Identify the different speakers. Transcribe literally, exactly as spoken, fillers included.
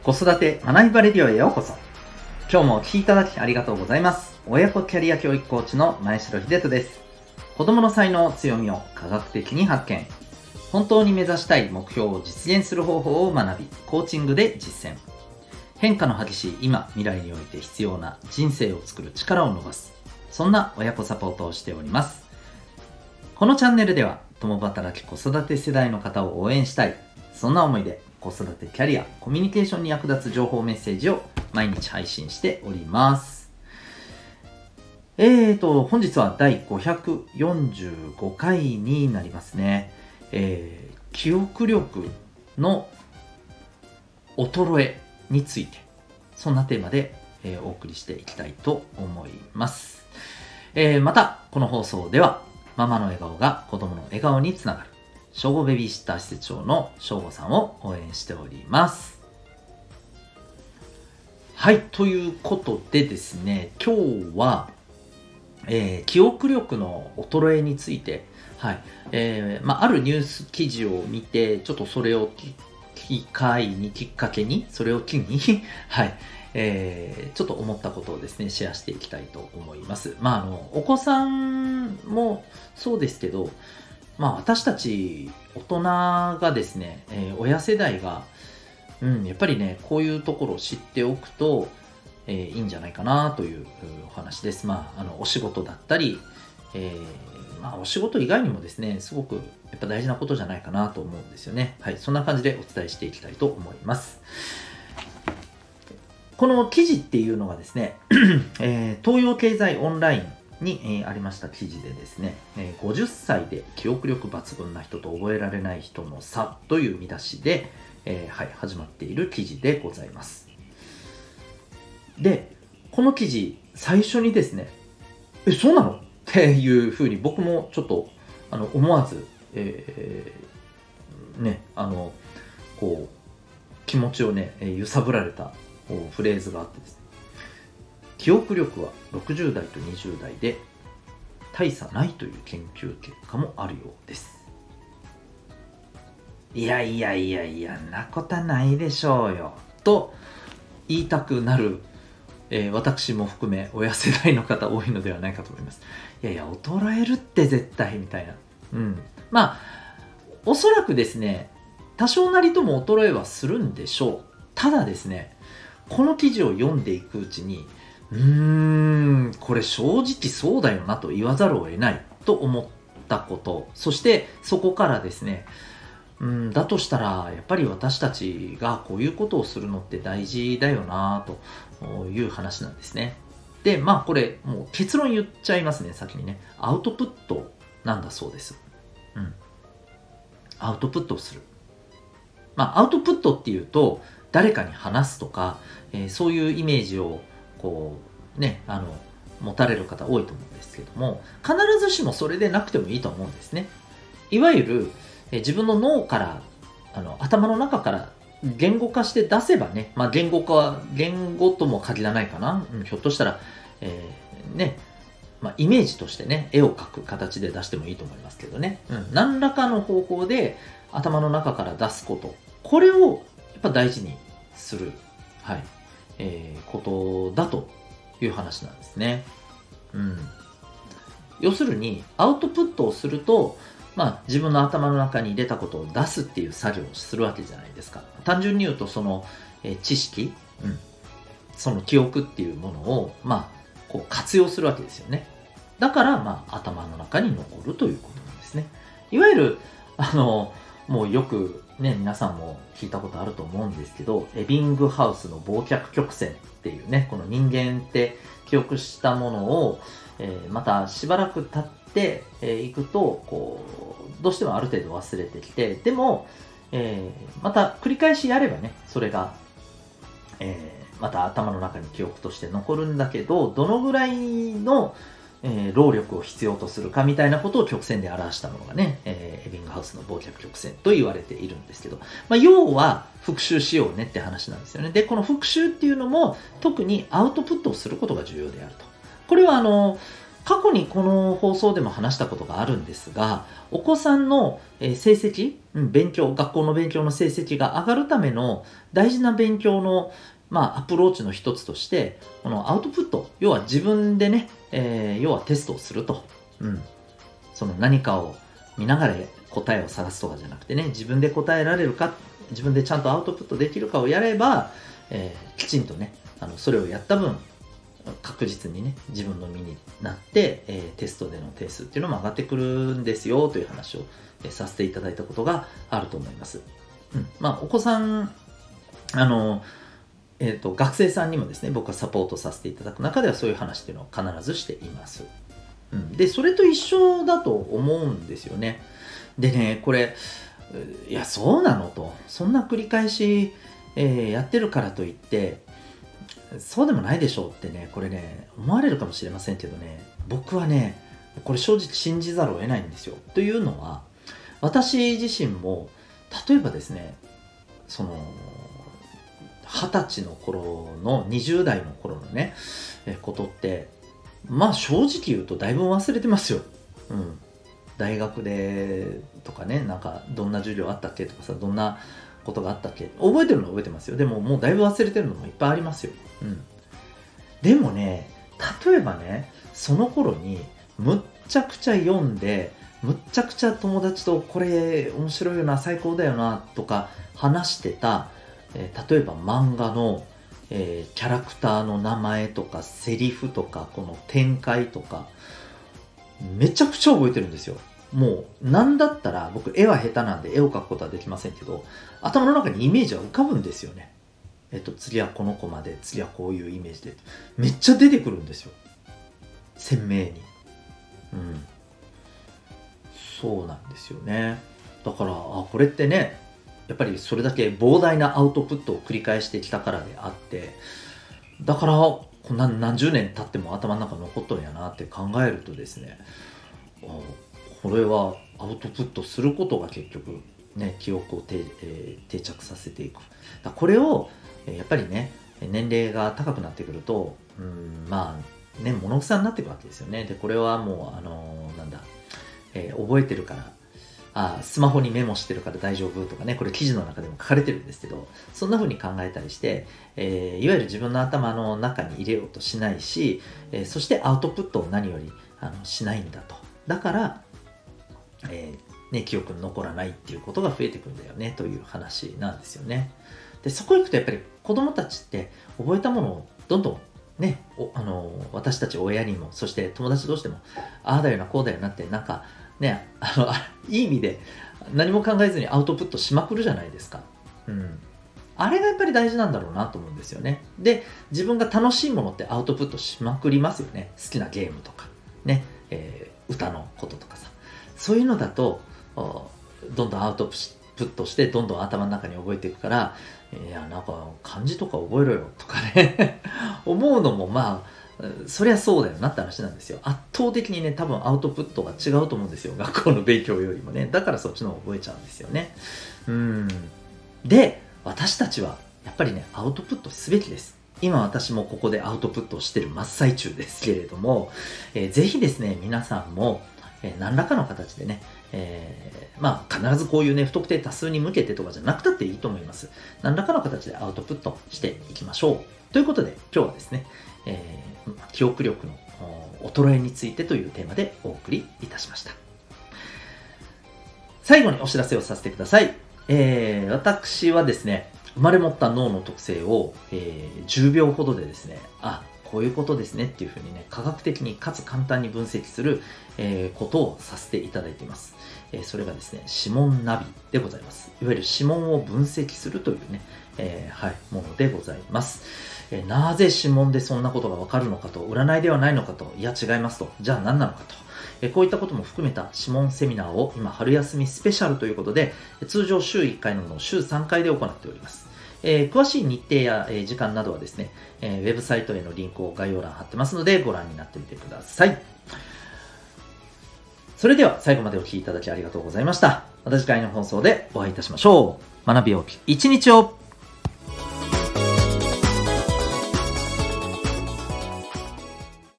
Speaker 1: 子育て学びバレディオへようこそ。今日もお聞きいただきありがとうございます。親子キャリア教育コーチの前城秀人です。子供の才能強みを科学的に発見、本当に目指したい目標を実現する方法を学び、コーチングで実践、変化の激しい今未来において必要な人生を作る力を伸ばす、そんな親子サポートをしております。このチャンネルでは共働き子育て世代の方を応援したい、そんな思いで子育てキャリアコミュニケーションに役立つ情報メッセージを毎日配信しております。えーと本日はだいごひゃくよんじゅうごかいになりますね。えー、記憶力の衰えについて、そんなテーマで、えー、お送りしていきたいと思います。えー、またこの放送ではママの笑顔が子供の笑顔につながる小5ベビーシッター施設長の翔吾さんを応援しております。はい、ということでですね、今日は、えー、記憶力の衰えについて、はいえーまあ、あるニュース記事を見て、ちょっとそれを機会にきっかけにそれを機に、はいえー、ちょっと思ったことをですねシェアしていきたいと思います。まあ、あのお子さんもそうですけど、まあ、私たち大人がですね、えー、親世代が、うん、やっぱりねこういうところを知っておくと、えー、いいんじゃないかなというお話です。まあ、あのお仕事だったり、えーまあ、お仕事以外にもですねすごくやっぱ大事なことじゃないかなと思うんですよね。はい、そんな感じでお伝えしていきたいと思います。この記事っていうのがですね、えー、東洋経済オンラインに、えー、ありました記事でですね、えー、ごじゅっさいで記憶力抜群な人と覚えられない人の差という見出しで、えーはい、始まっている記事でございます。で、この記事最初にですね、え、そうなのっていうふうに僕もちょっとあの思わず、えー、ね、あのこう気持ちをね揺さぶられたフレーズがあってですね、記憶力はろくじゅうだいとにじゅうだいで大差ないという研究結果もあるようです。いやいやいやいや、なことはないでしょうよと言いたくなる、えー、私も含め親世代の方多いのではないかと思います。いやいや衰えるって絶対みたいな、うん、まあおそらくですね多少なりとも衰えはするんでしょう。ただですね、この記事を読んでいくうちにうーんこれ正直そうだよなと言わざるを得ないと思ったこと、そしてそこからですね、うんだとしたらやっぱり私たちがこういうことをするのって大事だよなという話なんですね。でまあこれもう結論言っちゃいますね。先にね、アウトプットなんだそうです。うんアウトプットをする。まあアウトプットっていうと誰かに話すとか、えー、そういうイメージをこうねあの持たれる方多いと思うんですけども、必ずしもそれでなくてもいいと思うんですね。いわゆる、えー、自分の脳からあの頭の中から言語化して出せばね、まあ言語化言語とも限らないかな、うん、ひょっとしたら、えー、ねまあ、イメージとしてね絵を描く形で出してもいいと思いますけどね、うん、何らかの方法で頭の中から出すこと、これをやっぱ大事にする、はいえー、ことだという話なんですね。うん、要するにアウトプットをすると、まあ、自分の頭の中に入れたことを出すっていう作業をするわけじゃないですか。単純に言うとその、えー、知識、うん、その記憶っていうものを、まあ、こう活用するわけですよね。だから、まあ、頭の中に残るということなんですね。いわゆるあのもうよくね皆さんも聞いたことあると思うんですけど、エビングハウスの忘却曲線っていうね、この人間って記憶したものを、えー、またしばらく経ってい、えー、くとこうどうしてもある程度忘れてきて、でも、えー、また繰り返しやればねそれが、えー、また頭の中に記憶として残るんだけど、どのぐらいのえー、労力を必要とするかみたいなことを曲線で表したものがね、えー、エビングハウスの忘却曲線と言われているんですけど、まあ、要は復習しようねって話なんですよね。で、この復習っていうのも特にアウトプットをすることが重要であると。これはあの過去にこの放送でも話したことがあるんですが、お子さんの成績、勉強、学校の勉強の成績が上がるための大事な勉強の、まあ、アプローチの一つとして、このアウトプット、要は自分でね、えー、要はテストをすると。うん。その何かを見ながら答えを探すとかじゃなくてね、自分で答えられるか、自分でちゃんとアウトプットできるかをやれば、えー、きちんとね、あのそれをやった分、確実にね、自分の身になって、えー、テストでの点数っていうのも上がってくるんですよという話を、えー、させていただいたことがあると思います。うん。まあ、お子さん、あの、えーと、学生さんにもですね、僕はサポートさせていただく中ではそういう話っていうのを必ずしています。うん、で、それと一緒だと思うんですよね。でね、これ、いや、そうなのと。そんな繰り返し、えー、やってるからといって、そうでもないでしょうってね、これね、思われるかもしれませんけどね、僕はね、これ正直信じざるを得ないんですよ。というのは、私自身も、例えばですね、その、はたちの頃の、にじゅう代の頃のね、えことって、まあ正直言うとだいぶ忘れてますよ。うん。大学でとかね、なんかどんな授業あったっけとかさ、どんなことがあったっけ、覚えてるのは覚えてますよ。でももうだいぶ忘れてるのもいっぱいありますよ。うん。でもね、例えばね、その頃にむっちゃくちゃ読んで、むっちゃくちゃ友達とこれ面白いよな、最高だよなとか話してた、えー、例えば漫画の、えー、キャラクターの名前とかセリフとかこの展開とかめちゃくちゃ覚えてるんですよ。もうなんだったら僕絵は下手なんで絵を描くことはできませんけど、頭の中にイメージは浮かぶんですよね。えっと次はこの子まで、次はこういうイメージでめっちゃ出てくるんですよ、鮮明に。うん、そうなんですよね。だからあこれってね、やっぱりそれだけ膨大なアウトプットを繰り返してきたからであって、だからこんな何十年経っても頭の中に残っとるんやなって考えるとですね、これはアウトプットすることが結局ね、記憶を定、えー、定着させていく。だこれをやっぱりね、年齢が高くなってくると、うん、まあね、物臭になっていくわけですよね。で、これはもうあのー、なんだ、えー、覚えてるから、あスマホにメモしてるから大丈夫とかね、これ記事の中でも書かれてるんですけど、そんな風に考えたりして、えー、いわゆる自分の頭の中に入れようとしないし、えー、そしてアウトプットを何よりあのしないんだと。だから、えーね、記憶に残らないっていうことが増えてくんだよねという話なんですよね。で、そこ行くとやっぱり子供たちって覚えたものをどんどんね、おあの私たち親にも、そして友達同士でも、ああだよな、こうだよなって、なんか、ね、あのいい意味で何も考えずにアウトプットしまくるじゃないですか。うん。あれがやっぱり大事なんだろうなと思うんですよね。で、自分が楽しいものってアウトプットしまくりますよね。好きなゲームとか、ね、えー、歌のこととかさ。そういうのだと、どんどんアウトプットして、どんどん頭の中に覚えていくから、いや、なんか漢字とか覚えろよとかね、思うのもまあ、そりゃそうだよなって話なんですよ。圧倒的にね、多分アウトプットが違うと思うんですよ。学校の勉強よりもね。だからそっちの方が覚えちゃうんですよね。うん。で、私たちはやっぱりね、アウトプットすべきです。今私もここでアウトプットをしてる真っ最中ですけれども、えー、ぜひですね、皆さんも、えー、何らかの形でね、えー、まあ必ずこういうね、不特定多数に向けてとかじゃなくたっていいと思います。何らかの形でアウトプットしていきましょう。ということで、今日はですね、えー記憶力の衰えについてというテーマでお送りいたしました。最後にお知らせをさせてください。えー、私はですね、生まれ持った脳の特性を、えー、じゅうびょうほどでですね、あ、こういうことですねっていうふうにね、科学的にかつ簡単に分析する、えー、ことをさせていただいています。えー、それがですね、指紋ナビでございます。いわゆる指紋を分析するというね、えー、はい、ものでございます。えー、なぜ指紋でそんなことがわかるのかと、占いではないのかと、いや違いますと、じゃあ何なのかと、えー、こういったことも含めた指紋セミナーを今春休みスペシャルということで、通常週いっかいのものを週さんかいで行っております。えー、詳しい日程や、えー、時間などはですね、えー、ウェブサイトへのリンクを概要欄貼ってますのでご覧になってみてください。それでは最後までお聞きいただきありがとうございました。また次回の放送でお会いいたしましょう。学びよう一日を。